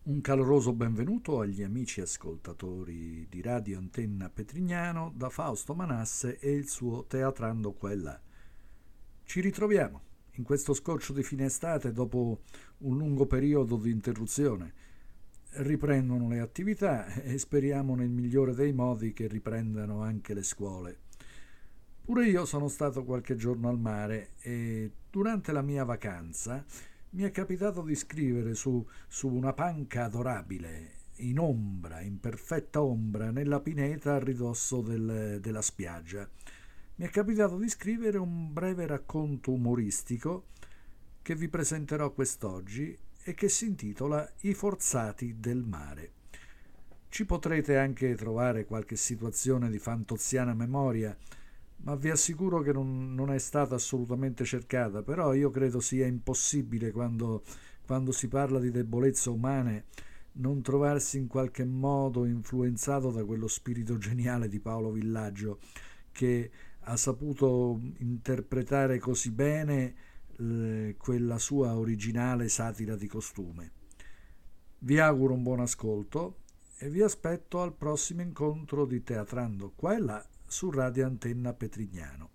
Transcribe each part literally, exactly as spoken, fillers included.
Un caloroso benvenuto agli amici ascoltatori di Radio Antenna Petrignano da Fausto Manasse e il suo Teatrando qua e là. Ci ritroviamo in questo scorcio di fine estate dopo un lungo periodo di interruzione. Riprendono le attività e speriamo nel migliore dei modi che riprendano anche le scuole. Pure io sono stato qualche giorno al mare e durante la mia vacanza mi è capitato di scrivere su, su una panca adorabile, in ombra, in perfetta ombra, nella pineta a ridosso del- della spiaggia. Mi è capitato di scrivere un breve racconto umoristico che vi presenterò quest'oggi e che si intitola I forzati del mare. Ci potrete anche trovare qualche situazione di fantoziana memoria, ma vi assicuro che non, non è stata assolutamente cercata, però io credo sia impossibile quando, quando si parla di debolezze umane non trovarsi in qualche modo influenzato da quello spirito geniale di Paolo Villaggio, che ha saputo interpretare così bene eh, quella sua originale satira di costume. Vi auguro un buon ascolto e vi aspetto al prossimo incontro di Teatrando qua e là su Radio Antenna Petrignano.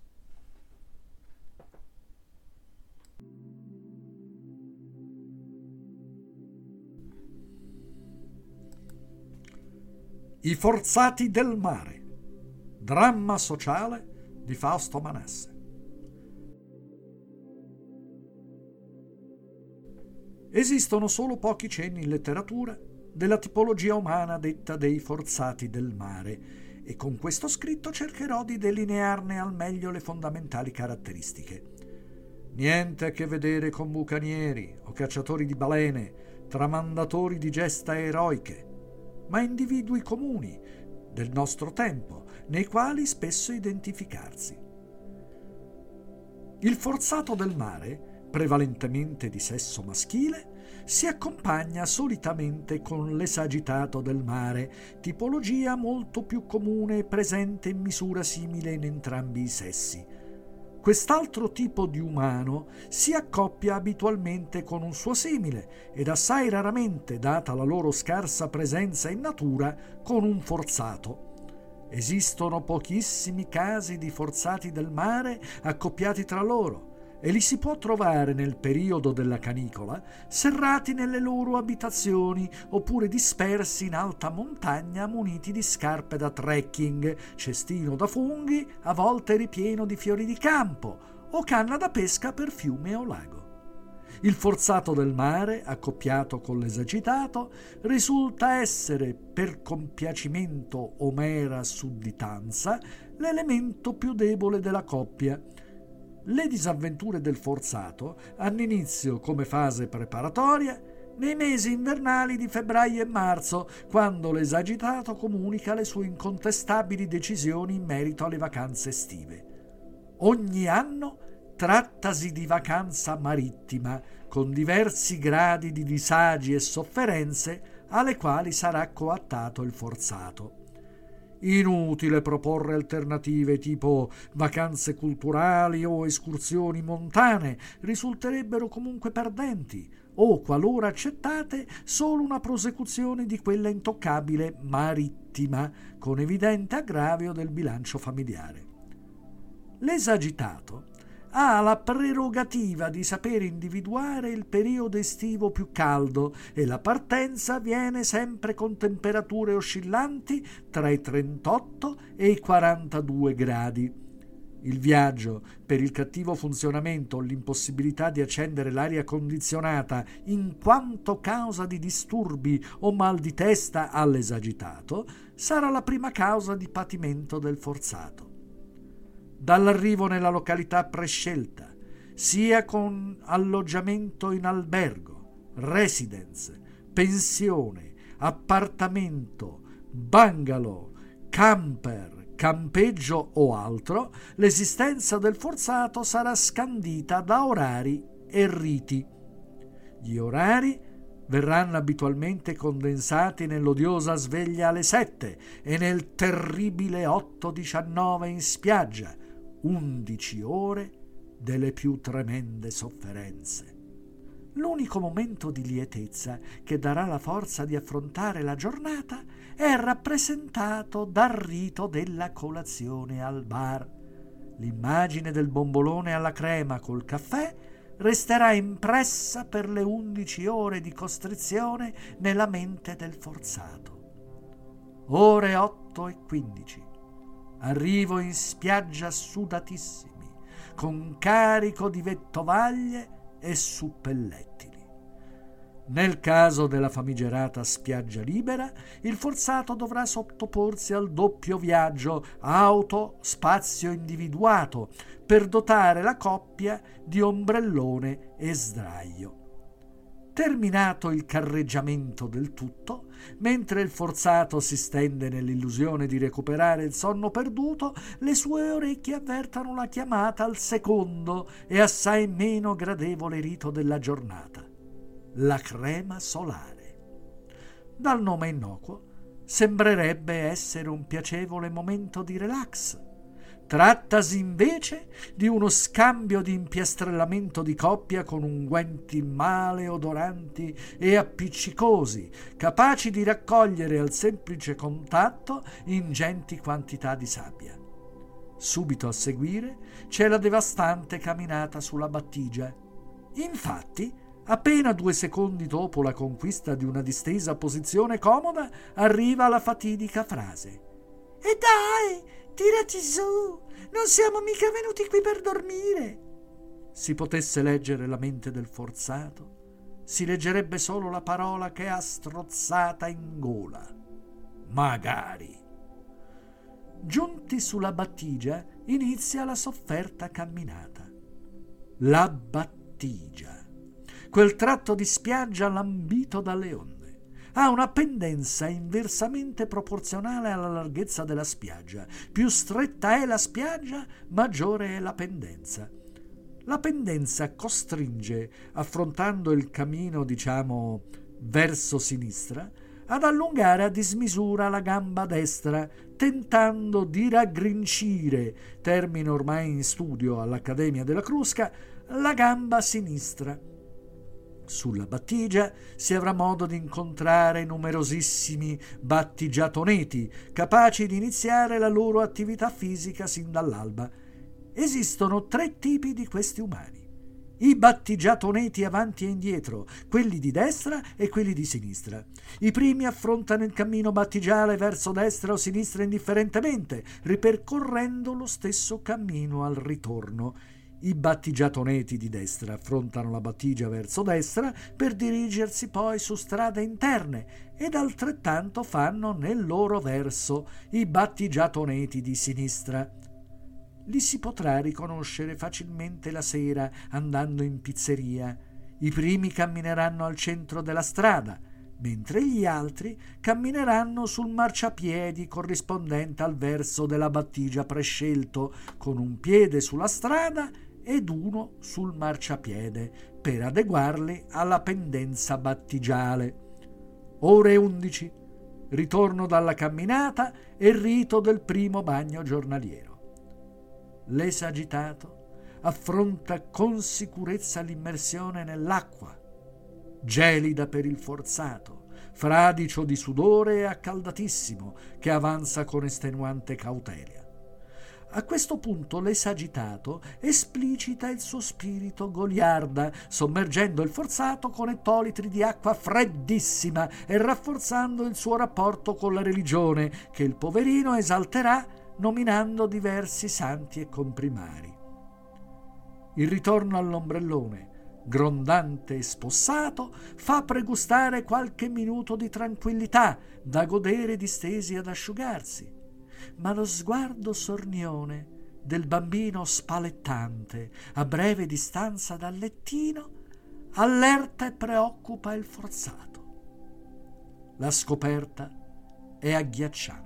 I forzati del mare. Dramma sociale di Fausto Manasse. Esistono solo pochi cenni in letteratura della tipologia umana detta dei forzati del mare, e con questo scritto cercherò di delinearne al meglio le fondamentali caratteristiche. Niente a che vedere con bucanieri o cacciatori di balene, tramandatori di gesta eroiche, ma individui comuni del nostro tempo, nei quali spesso identificarsi. Il forzato del mare, prevalentemente di sesso maschile, si accompagna solitamente con l'esagitato del mare, tipologia molto più comune e presente in misura simile in entrambi i sessi. Quest'altro tipo di umano si accoppia abitualmente con un suo simile ed assai raramente, data la loro scarsa presenza in natura, con un forzato. Esistono pochissimi casi di forzati del mare accoppiati tra loro, e li si può trovare nel periodo della canicola serrati nelle loro abitazioni oppure dispersi in alta montagna muniti di scarpe da trekking, cestino da funghi, a volte ripieno di fiori di campo, o canna da pesca per fiume o lago. Il forzato del mare, accoppiato con l'esagitato, risulta essere, per compiacimento o mera sudditanza, l'elemento più debole della coppia. Le disavventure del forzato hanno inizio come fase preparatoria nei mesi invernali di febbraio e marzo, quando l'esagitato comunica le sue incontestabili decisioni in merito alle vacanze estive. Ogni anno trattasi di vacanza marittima, con diversi gradi di disagi e sofferenze alle quali sarà coattato il forzato. Inutile proporre alternative tipo vacanze culturali o escursioni montane, risulterebbero comunque perdenti, o, qualora accettate, solo una prosecuzione di quella intoccabile marittima, con evidente aggravio del bilancio familiare. L'esagitato ha la prerogativa di saper individuare il periodo estivo più caldo e la partenza avviene sempre con temperature oscillanti tra i trentotto e i quarantadue gradi. Il viaggio, per il cattivo funzionamento o l'impossibilità di accendere l'aria condizionata in quanto causa di disturbi o mal di testa all'esagitato, sarà la prima causa di patimento del forzato. Dall'arrivo nella località prescelta, sia con alloggiamento in albergo, residence, pensione, appartamento, bungalow, camper, campeggio o altro, l'esistenza del forzato sarà scandita da orari e riti. Gli orari verranno abitualmente condensati nell'odiosa sveglia alle sette e nel terribile otto diciannove in spiaggia, undici ore delle più tremende sofferenze. L'unico momento di lietezza che darà la forza di affrontare la giornata è rappresentato dal rito della colazione al bar. L'immagine del bombolone alla crema col caffè resterà impressa per le undici ore di costrizione nella mente del forzato. Ore otto e quindici. Arrivo in spiaggia sudatissimi, con carico di vettovaglie e suppellettili. Nel caso della famigerata spiaggia libera, il forzato dovrà sottoporsi al doppio viaggio auto-spazio individuato per dotare la coppia di ombrellone e sdraio. Terminato il carreggiamento del tutto, mentre il forzato si stende nell'illusione di recuperare il sonno perduto, le sue orecchie avvertano la chiamata al secondo e assai meno gradevole rito della giornata: la crema solare. Dal nome innocuo, sembrerebbe essere un piacevole momento di relax. Trattasi invece di uno scambio di impiastrellamento di coppia con unguenti maleodoranti e appiccicosi, capaci di raccogliere al semplice contatto ingenti quantità di sabbia. Subito a seguire c'è la devastante camminata sulla battigia. Infatti, appena due secondi dopo la conquista di una distesa posizione comoda, arriva la fatidica frase: «E dai, tirati su, non siamo mica venuti qui per dormire!» Si potesse leggere la mente del forzato, si leggerebbe solo la parola che ha strozzata in gola: magari. Giunti sulla battigia, inizia la sofferta camminata. La battigia, quel tratto di spiaggia lambito dalle onde, ha una pendenza inversamente proporzionale alla larghezza della spiaggia. Più stretta è la spiaggia, maggiore è la pendenza. La pendenza costringe, affrontando il cammino, diciamo, verso sinistra, ad allungare a dismisura la gamba destra, tentando di raggrincire, termine ormai in studio all'Accademia della Crusca, la gamba sinistra. Sulla battigia si avrà modo di incontrare numerosissimi battigiatoneti, capaci di iniziare la loro attività fisica sin dall'alba. Esistono tre tipi di questi umani: i battigiatoneti avanti e indietro, quelli di destra e quelli di sinistra. I primi affrontano il cammino battigiale verso destra o sinistra indifferentemente, ripercorrendo lo stesso cammino al ritorno. I battigiatoneti di destra affrontano la battigia verso destra per dirigersi poi su strade interne, ed altrettanto fanno nel loro verso i battigiatoneti di sinistra. Li si potrà riconoscere facilmente la sera andando in pizzeria. I primi cammineranno al centro della strada, mentre gli altri cammineranno sul marciapiedi corrispondente al verso della battigia prescelto, con un piede sulla strada ed uno sul marciapiede, per adeguarli alla pendenza battigiale. Ore undici. Ritorno dalla camminata e rito del primo bagno giornaliero. L'esagitato affronta con sicurezza l'immersione nell'acqua, gelida per il forzato, fradicio di sudore e accaldatissimo, che avanza con estenuante cautela. A questo punto l'esagitato esplicita il suo spirito goliarda, sommergendo il forzato con ettolitri di acqua freddissima e rafforzando il suo rapporto con la religione, che il poverino esalterà nominando diversi santi e comprimari. Il ritorno all'ombrellone, grondante e spossato, fa pregustare qualche minuto di tranquillità da godere distesi ad asciugarsi, ma lo sguardo sornione del bambino spalettante a breve distanza dal lettino allerta e preoccupa il forzato. La scoperta è agghiacciante.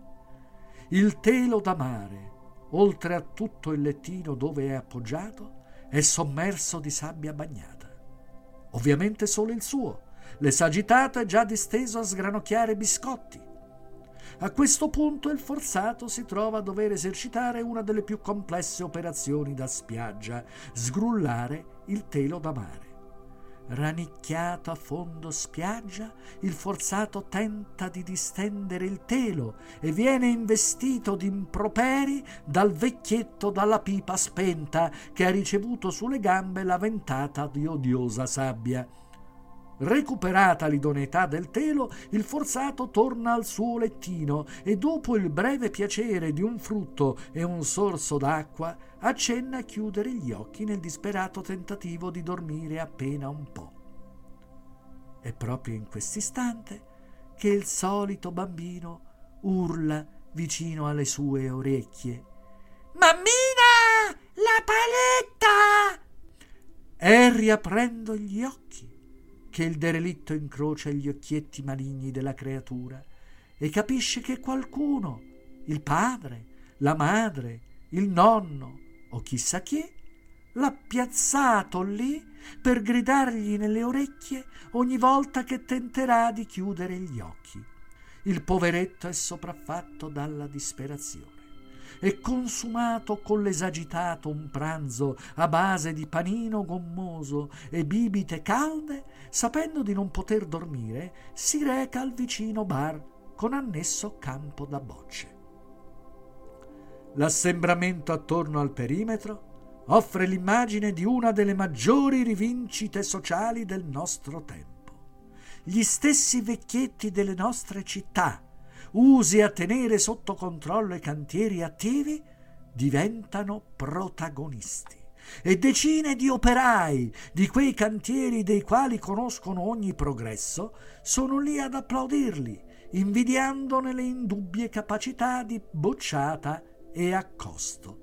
Il telo da mare, oltre a tutto il lettino dove è appoggiato, è sommerso di sabbia bagnata. Ovviamente solo il suo. L'esagitato è già disteso a sgranocchiare biscotti. A questo punto il forzato si trova a dover esercitare una delle più complesse operazioni da spiaggia: sgrullare il telo da mare. Rannicchiato a fondo spiaggia, il forzato tenta di distendere il telo e viene investito d'improperi dal vecchietto dalla pipa spenta che ha ricevuto sulle gambe la ventata di odiosa sabbia. Recuperata l'idoneità del telo, il forzato torna al suo lettino e dopo il breve piacere di un frutto e un sorso d'acqua accenna a chiudere gli occhi nel disperato tentativo di dormire appena un po'. È proprio in quest'istante che il solito bambino urla vicino alle sue orecchie: «Mammina, la paletta!» È riaprendo gli occhi che il derelitto incrocia gli occhietti maligni della creatura e capisce che qualcuno, il padre, la madre, il nonno o chissà chi, l'ha piazzato lì per gridargli nelle orecchie ogni volta che tenterà di chiudere gli occhi. Il poveretto è sopraffatto dalla disperazione e consumato con l'esagitato un pranzo a base di panino gommoso e bibite calde, sapendo di non poter dormire, si reca al vicino bar con annesso campo da bocce. L'assembramento attorno al perimetro offre l'immagine di una delle maggiori rivincite sociali del nostro tempo. Gli stessi vecchietti delle nostre città, usi a tenere sotto controllo i cantieri attivi, diventano protagonisti e decine di operai di quei cantieri dei quali conoscono ogni progresso sono lì ad applaudirli, invidiandone le indubbie capacità di bocciata e accosto.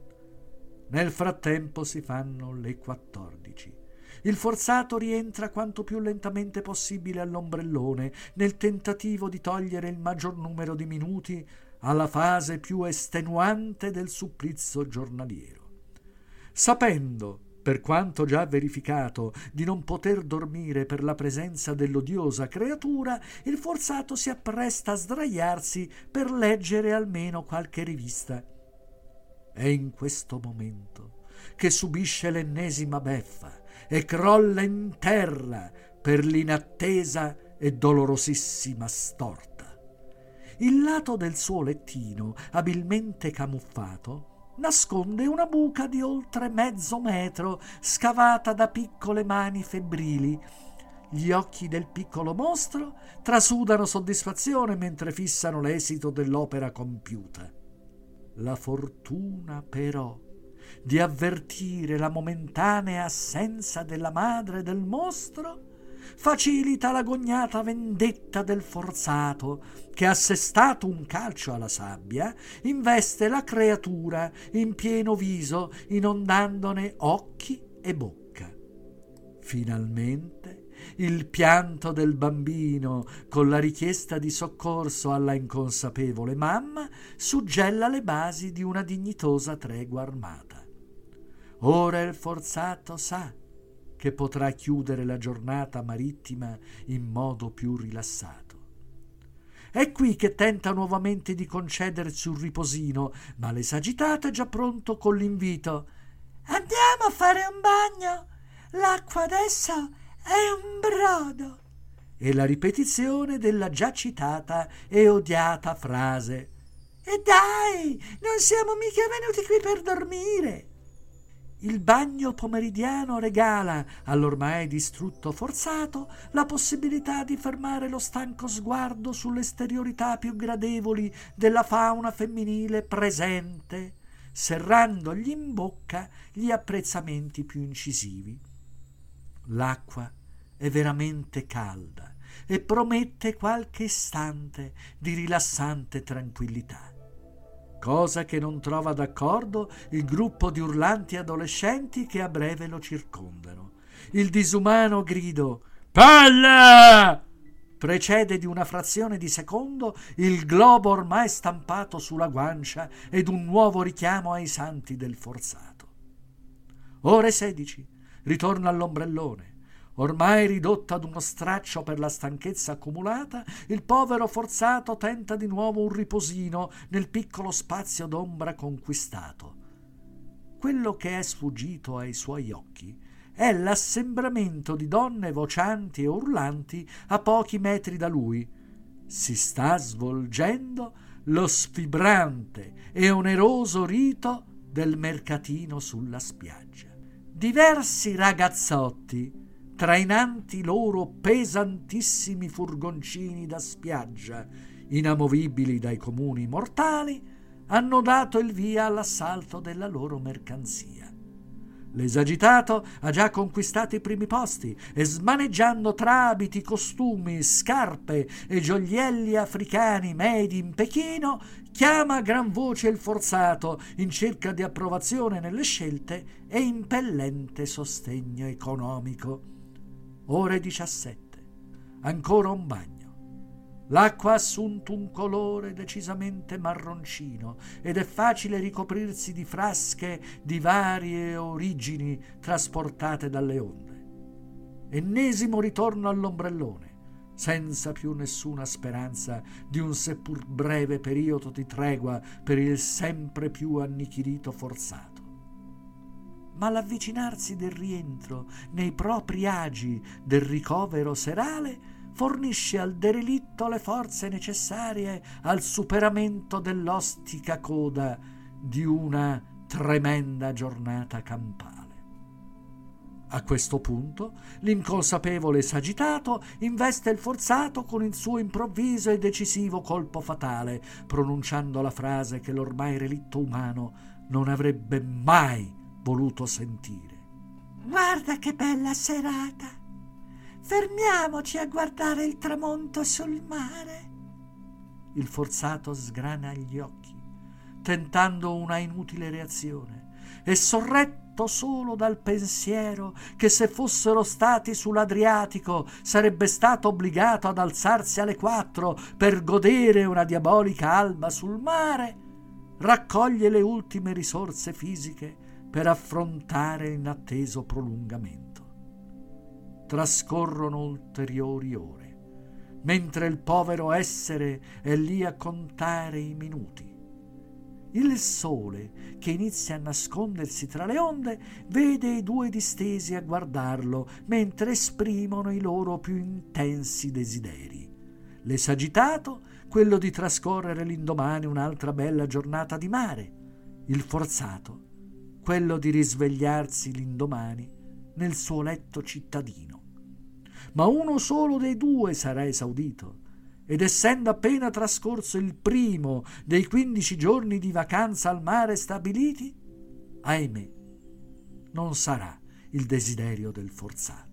Nel frattempo si fanno le quattordici. Il forzato rientra quanto più lentamente possibile all'ombrellone nel tentativo di togliere il maggior numero di minuti alla fase più estenuante del supplizio giornaliero. Sapendo, per quanto già verificato, di non poter dormire per la presenza dell'odiosa creatura, il forzato si appresta a sdraiarsi per leggere almeno qualche rivista. È in questo momento che subisce l'ennesima beffa e crolla in terra per l'inattesa e dolorosissima storta. Il lato del suo lettino, abilmente camuffato, nasconde una buca di oltre mezzo metro scavata da piccole mani febbrili. Gli occhi del piccolo mostro trasudano soddisfazione mentre fissano l'esito dell'opera compiuta. La fortuna, però, di avvertire la momentanea assenza della madre del mostro facilita l'agognata vendetta del forzato che, assestato un calcio alla sabbia, investe la creatura in pieno viso, inondandone occhi e bocca. Finalmente il pianto del bambino con la richiesta di soccorso alla inconsapevole mamma suggella le basi di una dignitosa tregua armata. Ora il forzato sa che potrà chiudere la giornata marittima in modo più rilassato. È qui che tenta nuovamente di concedersi un riposino, ma l'esagitato è già pronto con l'invito: «Andiamo a fare un bagno, l'acqua adesso è un brodo», e la ripetizione della già citata e odiata frase: «E dai, non siamo mica venuti qui per dormire». Il bagno pomeridiano regala all'ormai distrutto forzato la possibilità di fermare lo stanco sguardo sulle esteriorità più gradevoli della fauna femminile presente, serrandogli in bocca gli apprezzamenti più incisivi. L'acqua è veramente calda e promette qualche istante di rilassante tranquillità, cosa che non trova d'accordo il gruppo di urlanti adolescenti che a breve lo circondano. Il disumano grido «Palla!» precede di una frazione di secondo il globo ormai stampato sulla guancia ed un nuovo richiamo ai santi del forzato. Ore sedici, ritorno all'ombrellone. Ormai ridotto ad uno straccio per la stanchezza accumulata, il povero forzato tenta di nuovo un riposino nel piccolo spazio d'ombra conquistato. Quello che è sfuggito ai suoi occhi è l'assembramento di donne vocianti e urlanti a pochi metri da lui. Si sta svolgendo lo sfibrante e oneroso rito del mercatino sulla spiaggia. Diversi ragazzotti, trainanti i loro pesantissimi furgoncini da spiaggia, inamovibili dai comuni mortali, hanno dato il via all'assalto della loro mercanzia. L'esagitato ha già conquistato i primi posti e, smaneggiando tra abiti, costumi, scarpe e gioielli africani made in Pechino, chiama a gran voce il forzato in cerca di approvazione nelle scelte e impellente sostegno economico. Ore diciassette. Ancora un bagno. L'acqua ha assunto un colore decisamente marroncino ed è facile ricoprirsi di frasche di varie origini trasportate dalle onde. Ennesimo ritorno all'ombrellone, senza più nessuna speranza di un seppur breve periodo di tregua per il sempre più annichilito forzato. Ma l'avvicinarsi del rientro nei propri agi del ricovero serale fornisce al derelitto le forze necessarie al superamento dell'ostica coda di una tremenda giornata campale. A questo punto l'inconsapevole esagitato investe il forzato con il suo improvviso e decisivo colpo fatale, pronunciando la frase che l'ormai relitto umano non avrebbe mai voluto sentire. Guarda che bella serata! Fermiamoci a guardare il tramonto sul mare. Il forzato sgrana gli occhi, tentando una inutile reazione, e sorretto solo dal pensiero che se fossero stati sull'Adriatico sarebbe stato obbligato ad alzarsi alle quattro per godere una diabolica alba sul mare, raccoglie le ultime risorse fisiche per affrontare l'inatteso prolungamento. Trascorrono ulteriori ore, mentre il povero essere è lì a contare i minuti. Il sole, che inizia a nascondersi tra le onde, vede i due distesi a guardarlo mentre esprimono i loro più intensi desideri. L'esagitato, quello di trascorrere l'indomani un'altra bella giornata di mare; il forzato, quello di risvegliarsi l'indomani nel suo letto cittadino. Ma uno solo dei due sarà esaudito, ed essendo appena trascorso il primo dei quindici giorni di vacanza al mare stabiliti, ahimè, non sarà il desiderio del forzato.